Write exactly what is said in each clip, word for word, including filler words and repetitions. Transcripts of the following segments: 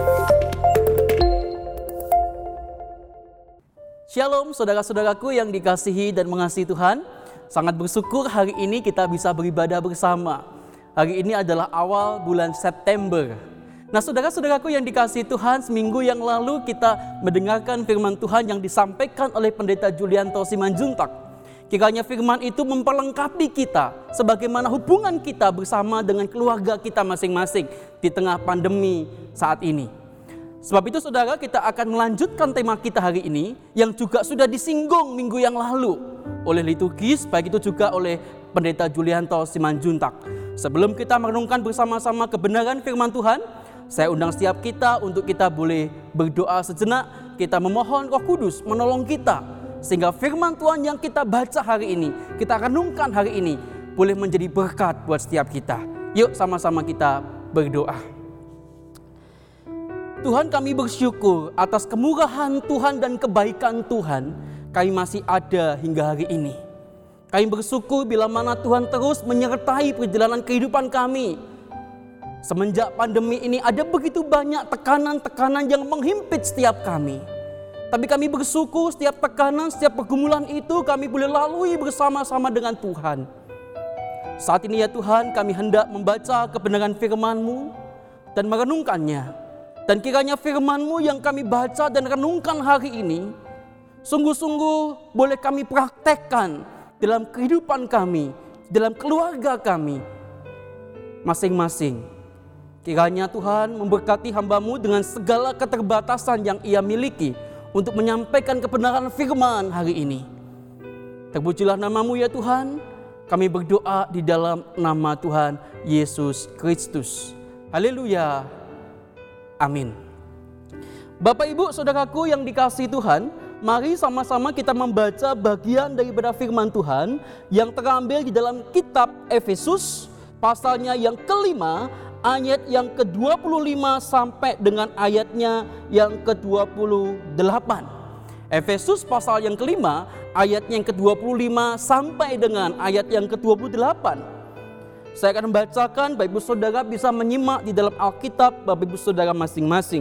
Shalom saudara-saudaraku yang dikasihi dan mengasihi Tuhan. Sangat bersyukur hari ini kita bisa beribadah bersama. Hari ini adalah awal bulan September. Nah saudara-saudaraku yang dikasihi Tuhan, seminggu yang lalu kita mendengarkan firman Tuhan yang disampaikan oleh Pendeta Julianto Simanjuntak. Kiranya firman itu memperlengkapi kita sebagaimana hubungan kita bersama dengan keluarga kita masing-masing di tengah pandemi saat ini. Sebab itu saudara, kita akan melanjutkan tema kita hari ini yang juga sudah disinggung minggu yang lalu oleh liturgis, baik itu juga oleh Pendeta Julianto Simanjuntak. Sebelum kita merenungkan bersama-sama kebenaran firman Tuhan, saya undang setiap kita untuk kita boleh berdoa sejenak. Kita memohon Roh Kudus menolong kita sehingga firman Tuhan yang kita baca hari ini, kita renungkan hari ini, boleh menjadi berkat buat setiap kita. Yuk sama-sama kita berdoa. Tuhan, kami bersyukur atas kemurahan Tuhan dan kebaikan Tuhan, kami masih ada hingga hari ini. Kami bersyukur bila mana Tuhan terus menyertai perjalanan kehidupan kami. Semenjak pandemi ini ada begitu banyak tekanan-tekanan yang menghimpit setiap kami. Tapi kami bersyukur setiap tekanan, setiap pergumulan itu kami boleh lalui bersama-sama dengan Tuhan. Saat ini ya Tuhan, kami hendak membaca kebenaran firman-Mu dan merenungkannya. Dan kiranya firman-Mu yang kami baca dan renungkan hari ini, sungguh-sungguh boleh kami praktekkan dalam kehidupan kami, dalam keluarga kami, masing-masing. Kiranya Tuhan memberkati hamba-Mu dengan segala keterbatasan yang Ia miliki untuk menyampaikan kebenaran firman hari ini. Terpujilah nama-Mu ya Tuhan, kami berdoa di dalam nama Tuhan Yesus Kristus. Haleluya. Amin. Bapak Ibu Saudaraku yang dikasihi Tuhan, mari sama-sama kita membaca bagian daripada firman Tuhan yang terambil di dalam kitab Efesus, pasalnya yang kelima, ayat yang ke dua puluh lima sampai dengan ayatnya yang ke dua puluh delapan. Efesus pasal yang kelima, ayatnya yang ke dua puluh lima sampai dengan ayat yang ke dua puluh delapan. Saya akan membacakan, Bapak Ibu Saudara bisa menyimak di dalam Alkitab Bapak Ibu Saudara masing-masing.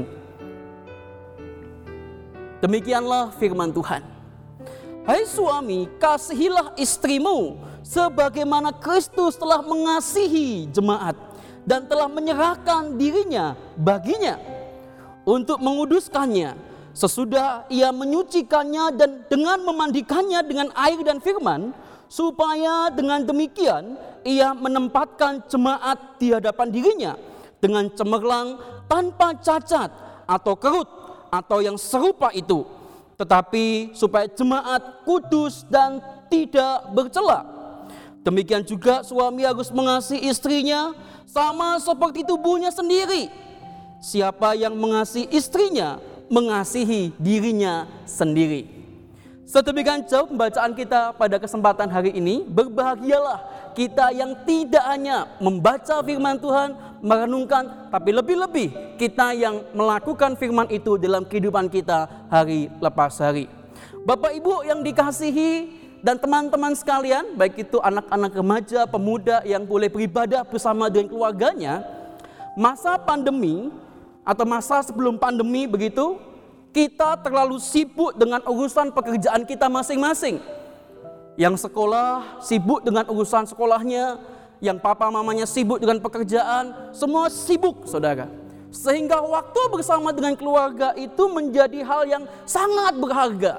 Demikianlah firman Tuhan. Hai suami, kasihilah istrimu sebagaimana Kristus telah mengasihi jemaat dan telah menyerahkan dirinya baginya untuk menguduskannya sesudah ia menyucikannya dan dengan memandikannya dengan air dan firman, supaya dengan demikian ia menempatkan jemaat di hadapan dirinya dengan cemerlang, tanpa cacat atau kerut atau yang serupa itu, tetapi supaya jemaat kudus dan tidak bercela. Demikian juga suami harus mengasihi istrinya sama seperti tubuhnya sendiri. Siapa yang mengasihi istrinya mengasihi dirinya sendiri. Sedemikian jauh pembacaan kita pada kesempatan hari ini. Berbahagialah kita yang tidak hanya membaca firman Tuhan, merenungkan, tapi lebih-lebih kita yang melakukan firman itu dalam kehidupan kita hari lepas hari. Bapak Ibu yang dikasihi dan teman-teman sekalian, baik itu anak-anak remaja, pemuda yang boleh beribadah bersama dengan keluarganya, masa pandemi atau masa sebelum pandemi begitu, kita terlalu sibuk dengan urusan pekerjaan kita masing-masing. Yang sekolah sibuk dengan urusan sekolahnya, yang papa mamanya sibuk dengan pekerjaan, semua sibuk saudara. Sehingga waktu bersama dengan keluarga itu menjadi hal yang sangat berharga.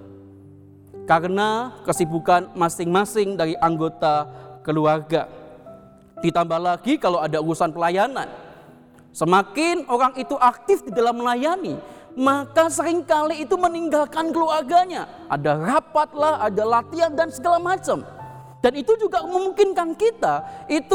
Karena kesibukan masing-masing dari anggota keluarga. Ditambah lagi kalau ada urusan pelayanan. Semakin orang itu aktif di dalam melayani, maka seringkali itu meninggalkan keluarganya. Ada rapat lah, ada latihan dan segala macam. Dan itu juga memungkinkan kita itu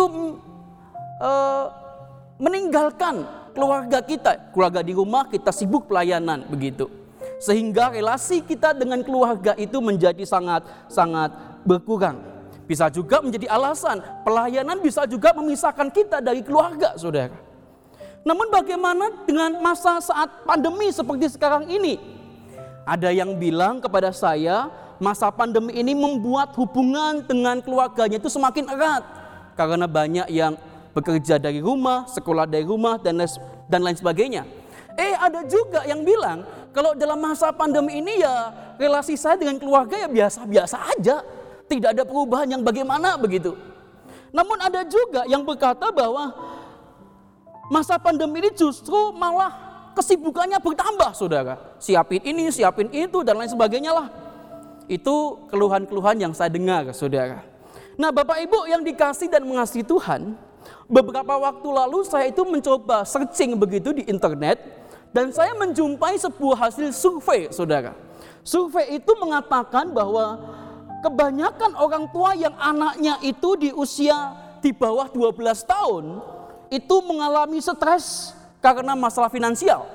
uh, meninggalkan keluarga kita. Keluarga di rumah kita sibuk pelayanan begitu. Sehingga relasi kita dengan keluarga itu menjadi sangat-sangat berkurang. Bisa juga menjadi alasan pelayanan bisa juga memisahkan kita dari keluarga, saudara. Namun bagaimana dengan masa saat pandemi seperti sekarang ini? Ada yang bilang kepada saya, masa pandemi ini membuat hubungan dengan keluarganya itu semakin erat. Karena banyak yang bekerja dari rumah, sekolah dari rumah, dan dan lain sebagainya. Eh ada juga yang bilang, kalau dalam masa pandemi ini ya relasi saya dengan keluarga ya biasa-biasa aja. Tidak ada perubahan yang bagaimana begitu. Namun ada juga yang berkata bahwa masa pandemi ini justru malah kesibukannya bertambah, saudara. Siapin ini, siapin itu, dan lain sebagainya lah. Itu keluhan-keluhan yang saya dengar, saudara. Nah, Bapak Ibu yang dikasih dan mengasihi Tuhan, beberapa waktu lalu saya itu mencoba searching begitu di internet, dan saya menjumpai sebuah hasil survei, saudara. Survei itu mengatakan bahwa kebanyakan orang tua yang anaknya itu di usia di bawah dua belas tahun, itu mengalami stres karena masalah finansial.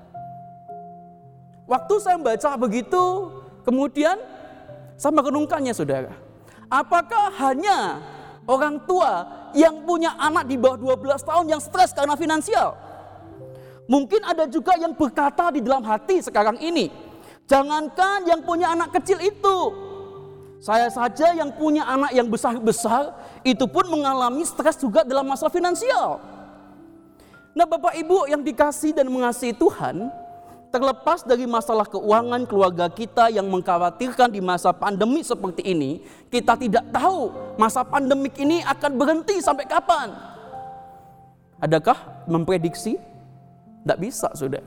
Waktu saya membaca begitu, kemudian saya merenungkannya, saudara. Apakah hanya orang tua yang punya anak di bawah dua belas tahun yang stres karena finansial? Mungkin ada juga yang berkata di dalam hati sekarang ini, jangankan yang punya anak kecil itu, saya saja yang punya anak yang besar-besar, itu pun mengalami stres juga dalam masalah finansial. Nah, Bapak Ibu yang dikasih dan mengasihi Tuhan, terlepas dari masalah keuangan keluarga kita yang mengkhawatirkan di masa pandemi seperti ini, kita tidak tahu masa pandemik ini akan berhenti sampai kapan. Adakah memprediksi? Tidak bisa, saudara.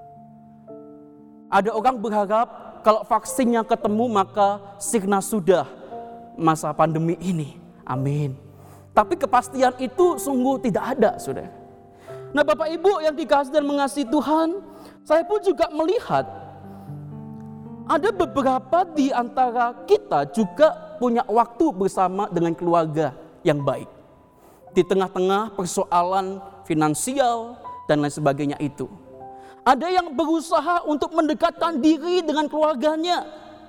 Ada orang berharap kalau vaksinnya ketemu maka sirna sudah masa pandemi ini. Amin. Tapi kepastian itu sungguh tidak ada, saudara. Nah, Bapak Ibu yang dikasihi dan mengasihi Tuhan, saya pun juga melihat ada beberapa di antara kita juga punya waktu bersama dengan keluarga yang baik. Di tengah-tengah persoalan finansial dan lain sebagainya itu. Ada yang berusaha untuk mendekatkan diri dengan keluarganya.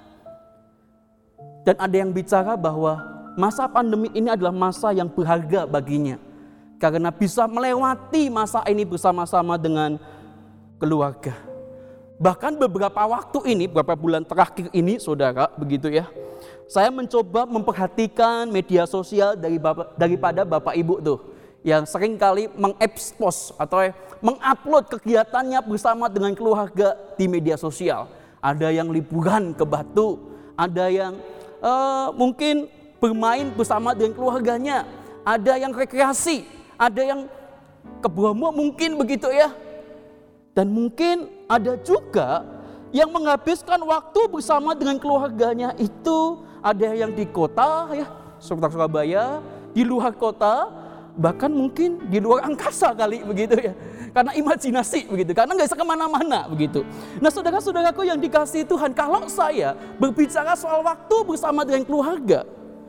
Dan ada yang bicara bahwa masa pandemi ini adalah masa yang berharga baginya. Karena bisa melewati masa ini bersama-sama dengan keluarga. Bahkan beberapa waktu ini, beberapa bulan terakhir ini, saudara, begitu ya. Saya mencoba memperhatikan media sosial dari bapak, daripada Bapak Ibu tuh. Yang seringkali mengekspos atau mengupload kegiatannya bersama dengan keluarga di media sosial. Ada yang liburan ke Batu, ada yang uh, mungkin bermain bersama dengan keluarganya, ada yang rekreasi, ada yang ke Bromo mungkin begitu ya. Dan mungkin ada juga yang menghabiskan waktu bersama dengan keluarganya itu, ada yang di kota ya, seperti Surabaya, di luar kota, bahkan mungkin di luar angkasa kali begitu ya. Karena imajinasi begitu, karena nggak bisa kemana-mana begitu. Nah, saudara-saudaraku yang dikasihi Tuhan, kalau saya berbicara soal waktu bersama dengan keluarga,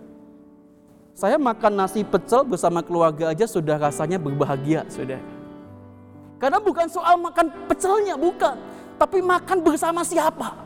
saya makan nasi pecel bersama keluarga aja sudah rasanya berbahagia, saudara. Karena bukan soal makan pecelnya, bukan. Tapi makan bersama siapa.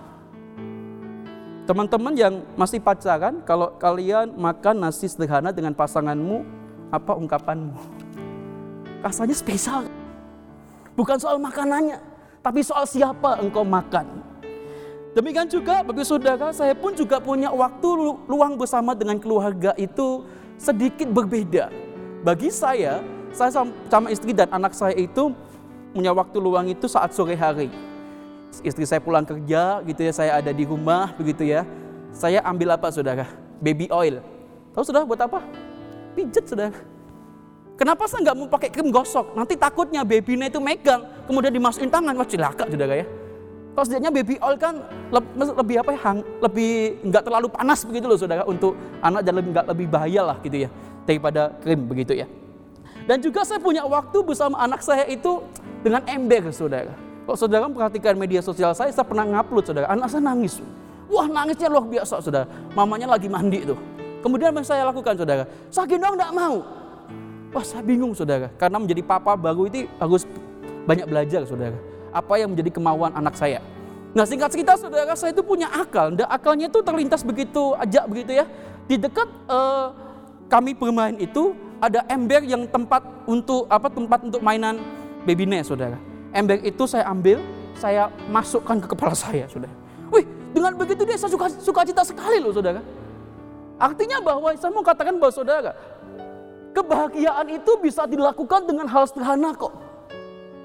Teman-teman yang masih pacaran, kalau kalian makan nasi sederhana dengan pasanganmu, apa ungkapanmu? Rasanya spesial. Bukan soal makanannya, tapi soal siapa engkau makan. Demikian juga bagi saudara, saya pun juga punya waktu luang bersama dengan keluarga itu sedikit berbeda. Bagi saya, saya sama istri dan anak saya itu punya waktu luang itu saat sore hari. Istri saya pulang kerja gitu ya, saya ada di rumah begitu ya. Saya ambil apa, saudara? Baby oil. Tahu saudara buat apa? Pijet, saudara. Kenapa saya nggak mau pakai krim gosok? Nanti takutnya babynya itu megang, kemudian dimasukin tangan, wah celaka, saudara ya. Kalau sejatinya baby oil kan lebih apa ya, hang, lebih nggak terlalu panas begitu loh, saudara, untuk anak, dan lebih nggak lebih bahaya lah gitu ya daripada krim begitu ya. Dan juga saya punya waktu bersama anak saya itu dengan ember, saudara. Kalau saudara perhatikan media sosial saya, saya pernah ngupload, saudara, anak saya nangis. Wah, nangisnya luar biasa, saudara. Mamanya lagi mandi tuh. Kemudian yang saya lakukan, saudara, saya gendong nggak mau. Wah, saya bingung, saudara, karena menjadi papa baru itu harus banyak belajar, saudara. Apa yang menjadi kemauan anak saya. Nah, singkat cerita, saudara, saya itu punya akal. Dan akalnya itu terlintas begitu aja begitu ya. Di dekat uh, kami bermain itu ada ember yang tempat untuk apa tempat untuk mainan babynya, saudara. Ember itu saya ambil, saya masukkan ke kepala saya, saudara. Wih, dengan begitu dia saya suka sukacita sekali loh, saudara. Artinya bahwa saya mau katakan bahwa, saudara, kebahagiaan itu bisa dilakukan dengan hal sederhana kok.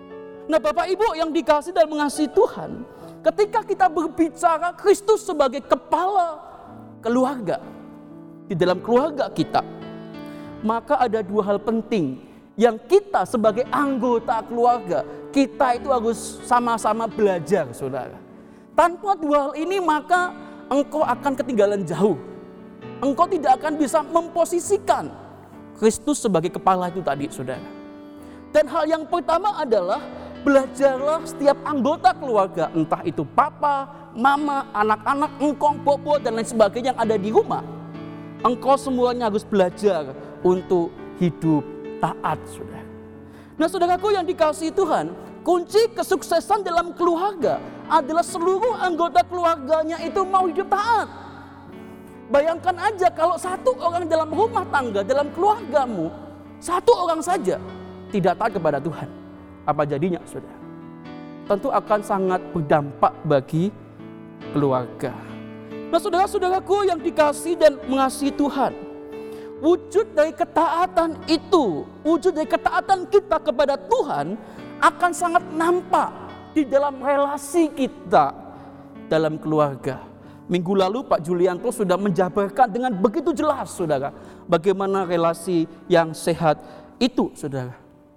Nah, Bapak Ibu yang dikasihi dan mengasihi Tuhan, ketika kita berbicara Kristus sebagai kepala keluarga di dalam keluarga kita, maka ada dua hal penting yang kita sebagai anggota keluarga, kita itu harus sama-sama belajar, saudara. Tanpa dua hal ini maka engkau akan ketinggalan jauh. Engkau tidak akan bisa memposisikan Kristus sebagai kepala itu tadi, saudara. Dan hal yang pertama adalah belajarlah setiap anggota keluarga, entah itu papa, mama, anak-anak, engkong, bobo, dan lain sebagainya yang ada di rumah. Engkau semuanya harus belajar untuk hidup taat, saudara. Nah, saudaraku yang dikasihi Tuhan, kunci kesuksesan dalam keluarga adalah seluruh anggota keluarganya itu mau hidup taat. Bayangkan aja kalau satu orang dalam rumah tangga, dalam keluargamu, satu orang saja tidak taat kepada Tuhan. Apa jadinya, saudara? Tentu akan sangat berdampak bagi keluarga. Nah, saudara-saudaraku yang dikasihi dan mengasihi Tuhan, wujud dari ketaatan itu, wujud dari ketaatan kita kepada Tuhan akan sangat nampak di dalam relasi kita dalam keluarga. Minggu lalu Pak Julianto sudah menjabarkan dengan begitu jelas, saudara, bagaimana relasi yang sehat itu, saudara.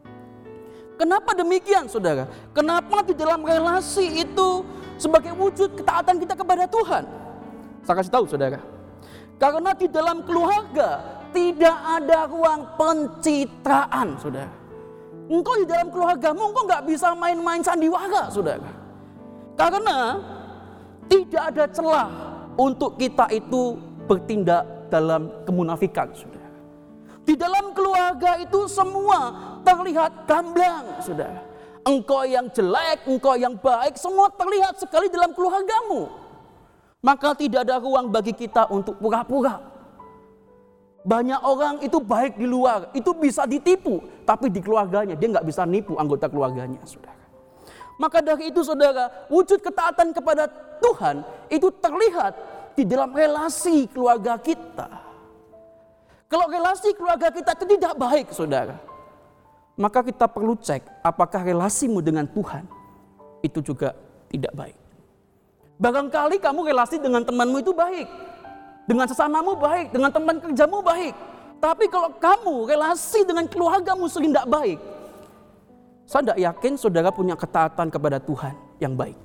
Kenapa demikian, saudara? Kenapa di dalam relasi itu sebagai wujud ketaatan kita kepada Tuhan? Saya kasih tahu, saudara. Karena di dalam keluarga tidak ada ruang pencitraan, saudara. Engkau di dalam keluargamu, engkau nggak bisa main-main sandiwara, saudara. Karena tidak ada celah untuk kita itu bertindak dalam kemunafikan, saudara. Di dalam keluarga itu semua terlihat gamblang, saudara. Engkau yang jelek, engkau yang baik, semua terlihat sekali dalam keluargamu. Maka tidak ada ruang bagi kita untuk pura-pura. Banyak orang itu baik di luar, itu bisa ditipu. Tapi di keluarganya dia nggak bisa nipu anggota keluarganya, saudara. Maka dari itu, saudara, wujud ketaatan kepada Tuhan itu terlihat di dalam relasi keluarga kita. Kalau relasi keluarga kita itu tidak baik, saudara, maka kita perlu cek apakah relasimu dengan Tuhan itu juga tidak baik. Barangkali kamu relasi dengan temanmu itu baik, dengan sesamamu baik, dengan teman kerjamu baik. Tapi kalau kamu relasi dengan keluargamu sering tidak baik, saya tidak yakin saudara punya ketaatan kepada Tuhan yang baik.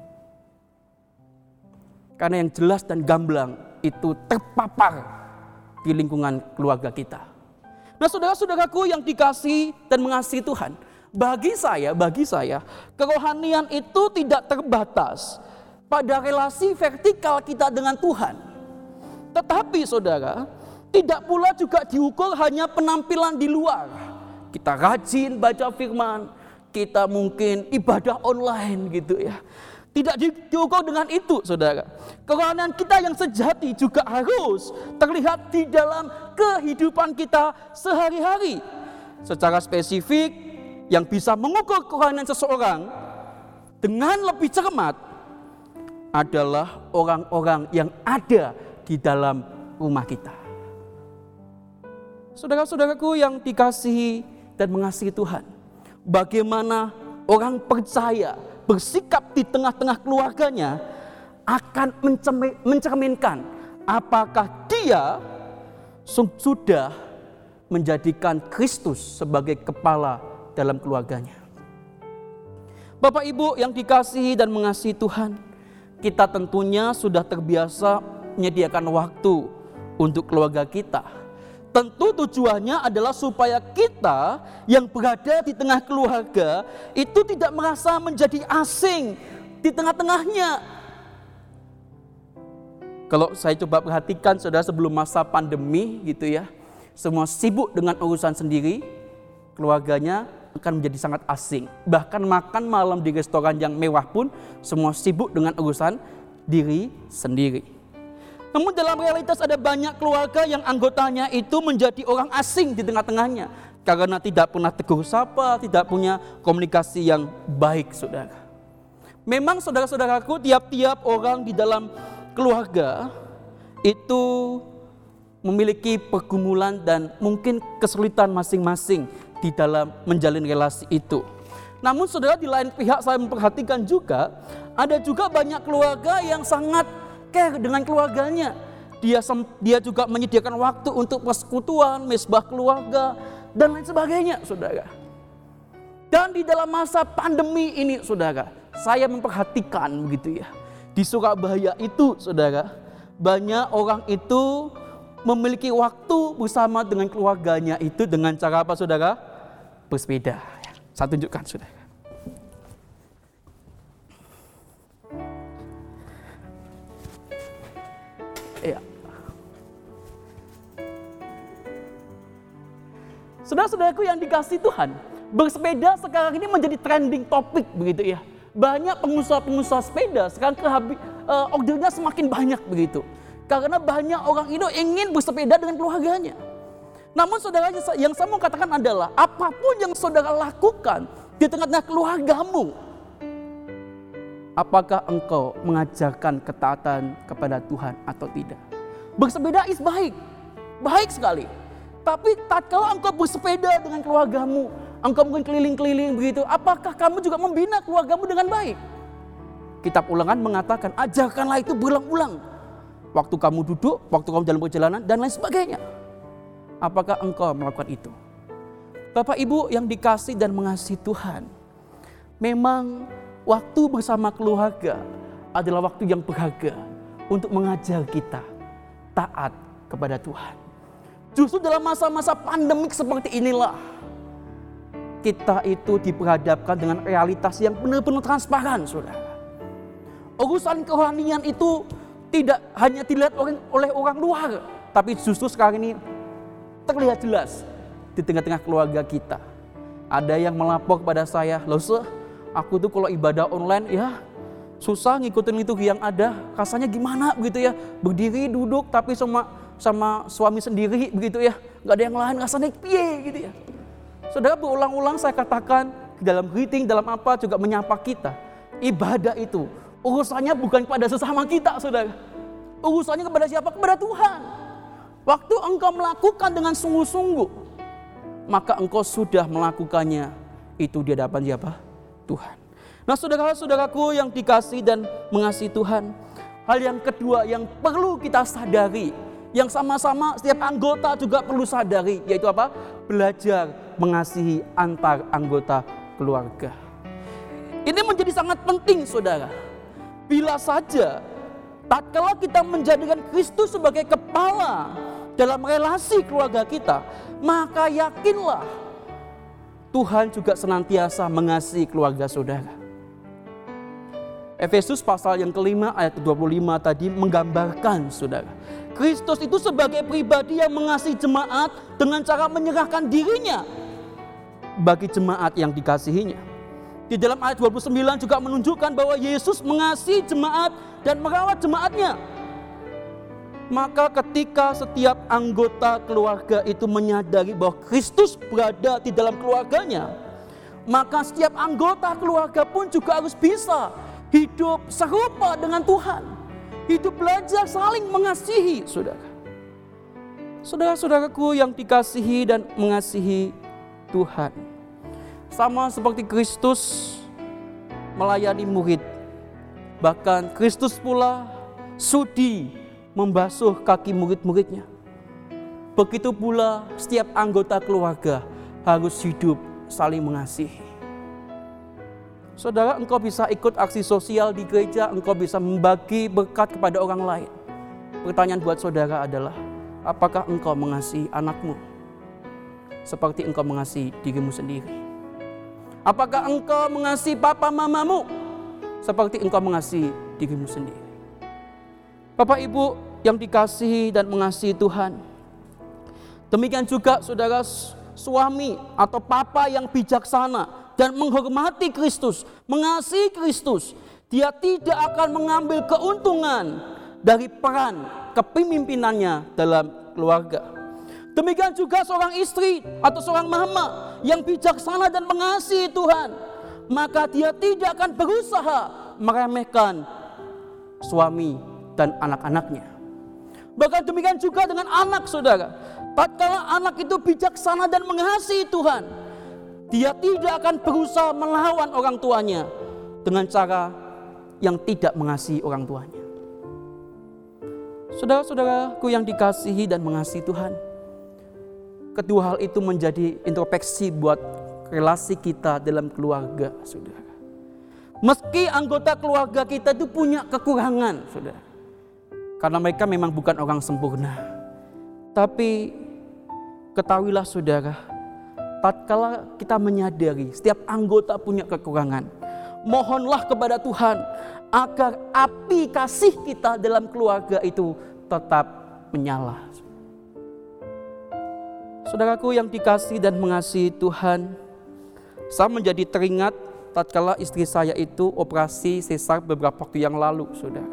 Karena yang jelas dan gamblang itu terpapar di lingkungan keluarga kita. Nah, saudara-saudaraku yang dikasihi dan mengasihi Tuhan, bagi saya, bagi saya, kerohanian itu tidak terbatas pada relasi vertikal kita dengan Tuhan. Tetapi, saudara, tidak pula juga diukur hanya penampilan di luar. Kita rajin baca firman, kita mungkin ibadah online gitu ya. Tidak di, diukur dengan itu, saudara. Kerohanian kita yang sejati juga harus terlihat di dalam kehidupan kita sehari-hari. Secara spesifik, yang bisa mengukur kerohanian seseorang dengan lebih cermat adalah orang-orang yang ada di dalam rumah kita. Saudara-saudaraku yang dikasihi dan mengasihi Tuhan, bagaimana orang percaya bersikap di tengah-tengah keluarganya akan mencerminkan apakah dia sudah menjadikan Kristus sebagai kepala dalam keluarganya. Bapak Ibu yang dikasihi dan mengasihi Tuhan, kita tentunya sudah terbiasa menyediakan waktu untuk keluarga kita. Tentu tujuannya adalah supaya kita yang berada di tengah keluarga itu tidak merasa menjadi asing di tengah-tengahnya. Kalau saya coba perhatikan, saudara, sebelum masa pandemi gitu ya, semua sibuk dengan urusan sendiri, keluarganya akan menjadi sangat asing. Bahkan makan malam di restoran yang mewah pun semua sibuk dengan urusan diri sendiri. Namun dalam realitas ada banyak keluarga yang anggotanya itu menjadi orang asing di tengah-tengahnya. Karena tidak pernah tegur sapa, tidak punya komunikasi yang baik, saudara. Memang saudara-saudaraku, tiap-tiap orang di dalam keluarga itu memiliki pergumulan dan mungkin kesulitan masing-masing di dalam menjalin relasi itu. Namun saudara, di lain pihak saya memperhatikan juga, ada juga banyak keluarga yang sangat care dengan keluarganya. Dia dia juga menyediakan waktu untuk persekutuan, mesbah keluarga, dan lain sebagainya, saudara. Dan di dalam masa pandemi ini, saudara, saya memperhatikan begitu ya. Di Surabaya itu, saudara, banyak orang itu memiliki waktu bersama dengan keluarganya itu dengan cara apa, saudara? Bersepeda. Saya tunjukkan, saudara. Ya. Saudara-saudaraku yang dikasihi Tuhan, bersepeda sekarang ini menjadi trending topik begitu ya. Banyak pengusaha-pengusaha sepeda sekarang kehabi, uh, ordernya semakin banyak begitu. Karena banyak orang itu ingin bersepeda dengan keluarganya. Namun saudara, yang saya mau katakan adalah apapun yang saudara lakukan di tengah-tengah keluargamu, apakah engkau mengajarkan ketaatan kepada Tuhan atau tidak? Bersepeda is baik, baik sekali. Tapi tatkala engkau bersepeda dengan keluargamu, engkau mungkin keliling-keliling begitu, apakah kamu juga membina keluargamu dengan baik? Kitab Ulangan mengatakan, ajarkanlah itu berulang-ulang. Waktu kamu duduk, waktu kamu dalam perjalanan, dan lain sebagainya. Apakah engkau melakukan itu? Bapak Ibu yang dikasihi dan mengasihi Tuhan, memang waktu bersama keluarga adalah waktu yang berharga untuk mengajar kita taat kepada Tuhan. Justru dalam masa-masa pandemik seperti inilah kita itu diperhadapkan dengan realitas yang benar-benar transparan, saudara. Urusan kerohanian itu tidak hanya dilihat oleh orang luar, tapi justru sekarang ini terlihat jelas di tengah-tengah keluarga kita. Ada yang melapor kepada saya, loh seh, aku tuh kalau ibadah online ya susah ngikutin itu yang ada, rasanya gimana begitu ya, berdiri duduk tapi sama sama suami sendiri begitu ya, nggak ada yang lain, rasanya piye gitu ya. Saudara, berulang-ulang saya katakan dalam greeting, dalam apa juga menyapa kita, ibadah itu urusannya bukan kepada sesama kita, saudara. Urusannya kepada siapa? Kepada Tuhan. Waktu engkau melakukan dengan sungguh-sungguh, maka engkau sudah melakukannya itu di hadapan siapa? Tuhan. Nah, saudara-saudaraku yang dikasihi dan mengasihi Tuhan, hal yang kedua yang perlu kita sadari, yang sama-sama setiap anggota juga perlu sadari, yaitu apa? Belajar mengasihi antar anggota keluarga. Ini menjadi sangat penting, saudara. Bila saja tatkala kita menjadikan Kristus sebagai kepala dalam relasi keluarga kita, maka yakinlah Tuhan juga senantiasa mengasihi keluarga saudara. Efesus pasal yang kelima ayat dua puluh lima tadi menggambarkan, saudara, Kristus itu sebagai pribadi yang mengasihi jemaat dengan cara menyerahkan dirinya bagi jemaat yang dikasihinya. Di dalam ayat dua puluh sembilan juga menunjukkan bahwa Yesus mengasihi jemaat dan merawat jemaatnya. Maka ketika setiap anggota keluarga itu menyadari bahwa Kristus berada di dalam keluarganya, maka setiap anggota keluarga pun juga harus bisa hidup serupa dengan Tuhan. Hidup belajar saling mengasihi, saudara. Saudara-saudaraku yang dikasihi dan mengasihi Tuhan, sama seperti Kristus melayani murid, bahkan Kristus pula sudi membasuh kaki murid-muridnya. Begitu pula setiap anggota keluarga harus hidup saling mengasihi. Saudara, engkau bisa ikut aksi sosial di gereja, engkau bisa membagi berkat kepada orang lain. Pertanyaan buat saudara adalah, apakah engkau mengasihi anakmu seperti engkau mengasihi dirimu sendiri? Apakah engkau mengasihi papa mamamu seperti engkau mengasihi dirimu sendiri? Bapak Ibu yang dikasihi dan mengasihi Tuhan, demikian juga saudara, suami atau papa yang bijaksana dan menghormati Kristus, mengasihi Kristus, dia tidak akan mengambil keuntungan dari peran kepemimpinannya dalam keluarga. Demikian juga seorang istri atau seorang mama yang bijaksana dan mengasihi Tuhan, maka dia tidak akan berusaha meremehkan suami dan anak-anaknya. Bahkan demikian juga dengan anak, saudara. Tatkala anak itu bijaksana dan mengasihi Tuhan, Dia tidak akan berusaha melawan orang tuanya dengan cara yang tidak mengasihi orang tuanya. Saudara-saudaraku yang dikasihi dan mengasihi Tuhan, kedua hal itu menjadi introspeksi buat relasi kita dalam keluarga, saudara. Meski anggota keluarga kita itu punya kekurangan, saudara, karena mereka memang bukan orang sempurna. Tapi ketahuilah saudara, tatkala kita menyadari setiap anggota punya kekurangan, mohonlah kepada Tuhan agar api kasih kita dalam keluarga itu tetap menyala. Saudaraku yang dikasihi dan mengasihi Tuhan, saya menjadi teringat tatkala istri saya itu operasi sesar beberapa waktu yang lalu, saudara.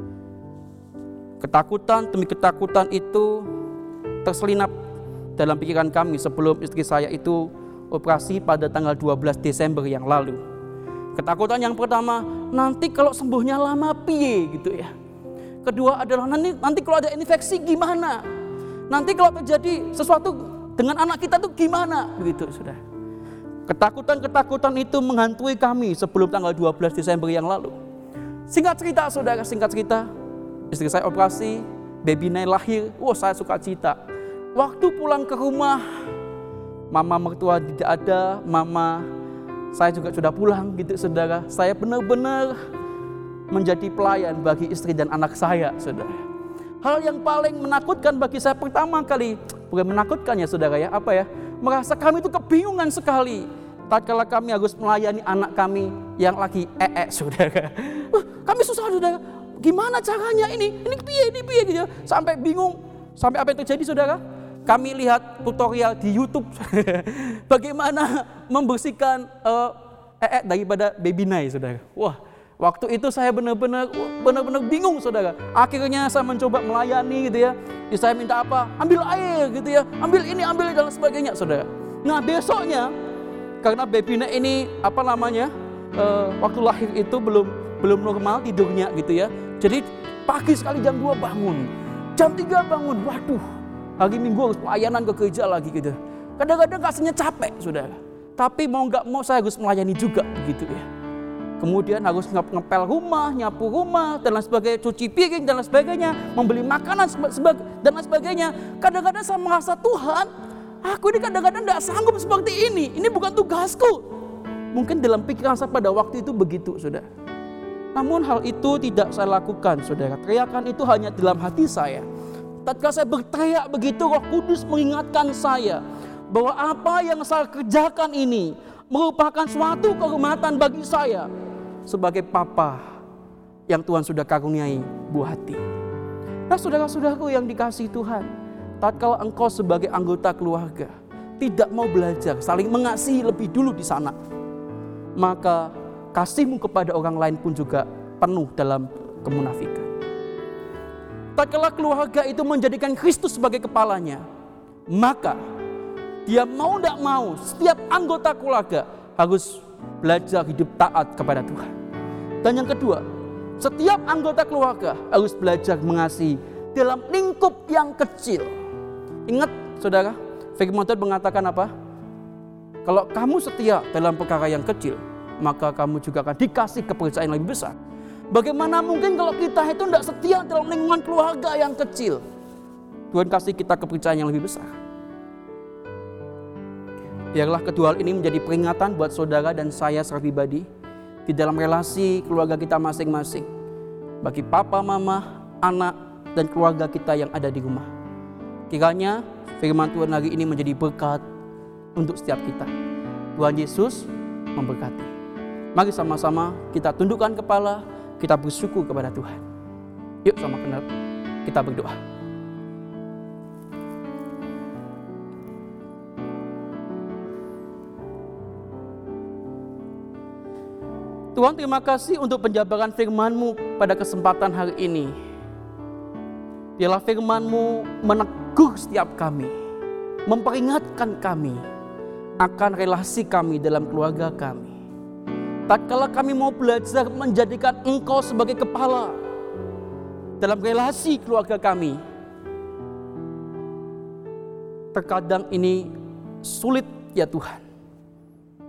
Ketakutan demi ketakutan itu terselinap dalam pikiran kami sebelum istri saya itu operasi pada tanggal dua belas Desember yang lalu. Ketakutan yang pertama, nanti kalau sembuhnya lama piye gitu ya. Kedua adalah nanti, nanti kalau ada infeksi gimana? Nanti kalau terjadi sesuatu dengan anak kita tuh gimana? Begitu saudara. Ketakutan-ketakutan itu menghantui kami sebelum tanggal dua belas Desember yang lalu. Singkat cerita saudara, singkat cerita, istri saya operasi, baby Nay lahir, wah saya suka cita. Waktu pulang ke rumah, mama mertua tidak ada, mama saya juga sudah pulang gitu saudara. Saya benar-benar menjadi pelayan bagi istri dan anak saya, saudara. Hal yang paling menakutkan bagi saya pertama kali, bukan menakutkan ya saudara ya, apa ya? Merasa kami itu kebingungan sekali tatkala kami harus melayani anak kami yang lagi ee, saudara. Uh, kami susah saudara. Gimana caranya ini? Ini piye, ini piye gitu. Sampai bingung. Sampai apa yang terjadi saudara? Kami lihat tutorial di YouTube bagaimana membersihkan uh, ee daripada baby Nay, saudara. Wah, waktu itu saya benar-benar benar-benar bingung, saudara. Akhirnya saya mencoba melayani gitu ya. Ya saya minta apa? Ambil air gitu ya. Ambil ini, ambil dan sebagainya, saudara. Nah, besoknya karena baby Nay ini apa namanya? Uh, waktu lahir itu belum belum normal tidurnya gitu ya. Jadi pagi sekali jam dua bangun. Jam tiga bangun. Waduh. Hari Minggu harus pelayanan ke gereja lagi gitu. Kadang-kadang rasanya capek, saudara. Tapi mau nggak mau saya harus melayani juga gitu ya. Kemudian harus ngepel rumah, nyapu rumah, dan lain sebagainya, cuci piring dan lain sebagainya, membeli makanan dan lain sebagainya. Kadang-kadang saya merasa Tuhan, aku ini kadang-kadang nggak sanggup seperti ini. Ini bukan tugasku. Mungkin dalam pikiran saya pada waktu itu begitu, saudara. Namun hal itu tidak saya lakukan, saudara. Teriakan itu hanya dalam hati saya. Tatkala saya berteriak begitu, Roh Kudus mengingatkan saya bahwa apa yang saya kerjakan ini merupakan suatu kehormatan bagi saya sebagai papa yang Tuhan sudah karuniai buah hati. Nah, saudara-saudaraku yang dikasihi Tuhan, tatkala engkau sebagai anggota keluarga tidak mau belajar saling mengasihi lebih dulu di sana, maka kasihmu kepada orang lain pun juga penuh dalam kemunafikan. Tatkala keluarga itu menjadikan Kristus sebagai kepalanya, maka dia mau tidak mau setiap anggota keluarga harus belajar hidup taat kepada Tuhan. Dan yang kedua, setiap anggota keluarga harus belajar mengasihi dalam lingkup yang kecil. Ingat saudara, firman Tuhan mengatakan apa? Kalau kamu setia dalam perkara yang kecil, maka kamu juga akan dikasih kepercayaan yang lebih besar. Bagaimana mungkin kalau kita itu tidak setia dalam lingkungan keluarga yang kecil? Tuhan kasih kita kepercayaan yang lebih besar. Biarlah kedua hal ini menjadi peringatan buat saudara dan saya secara pribadi di dalam relasi keluarga kita masing-masing. Bagi papa, mama, anak, dan keluarga kita yang ada di rumah. Kiranya firman Tuhan hari ini menjadi berkat untuk setiap kita. Tuhan Yesus memberkati. Mari sama-sama kita tundukkan kepala, kita bersyukur kepada Tuhan. Yuk sama kenal, kita berdoa. Tuhan, terima kasih untuk penjabaran firman-Mu pada kesempatan hari ini. Biarlah firman-Mu menegur setiap kami, memperingatkan kami akan relasi kami dalam keluarga kami. Tatkala kami mau belajar menjadikan Engkau sebagai kepala dalam relasi keluarga kami, terkadang ini sulit ya Tuhan.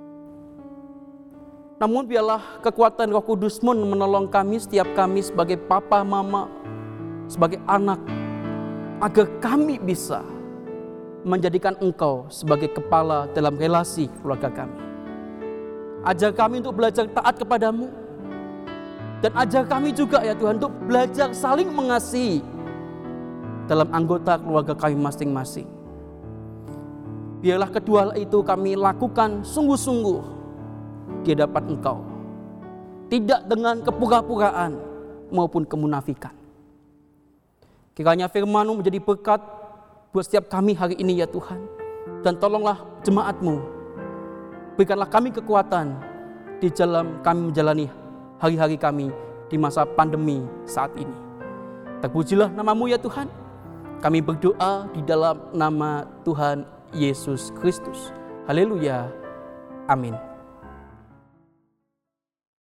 Namun biarlah kekuatan Roh Kudus-Mu menolong kami, setiap kami sebagai papa, mama, sebagai anak, agar kami bisa menjadikan Engkau sebagai kepala dalam relasi keluarga kami. Ajar kami untuk belajar taat kepadamu, dan ajar kami juga ya Tuhan untuk belajar saling mengasihi dalam anggota keluarga kami masing-masing. Biarlah kedua hal itu kami lakukan sungguh-sungguh di hadapan Engkau, tidak dengan kepura-puraan maupun kemunafikan. Kiranya firman-Mu menjadi berkat buat setiap kami hari ini ya Tuhan. Dan tolonglah jemaat-Mu, berikanlah kami kekuatan di dalam kami menjalani hari-hari kami di masa pandemi saat ini. Terpujilah nama-Mu ya Tuhan. Kami berdoa di dalam nama Tuhan Yesus Kristus. Haleluya. Amin.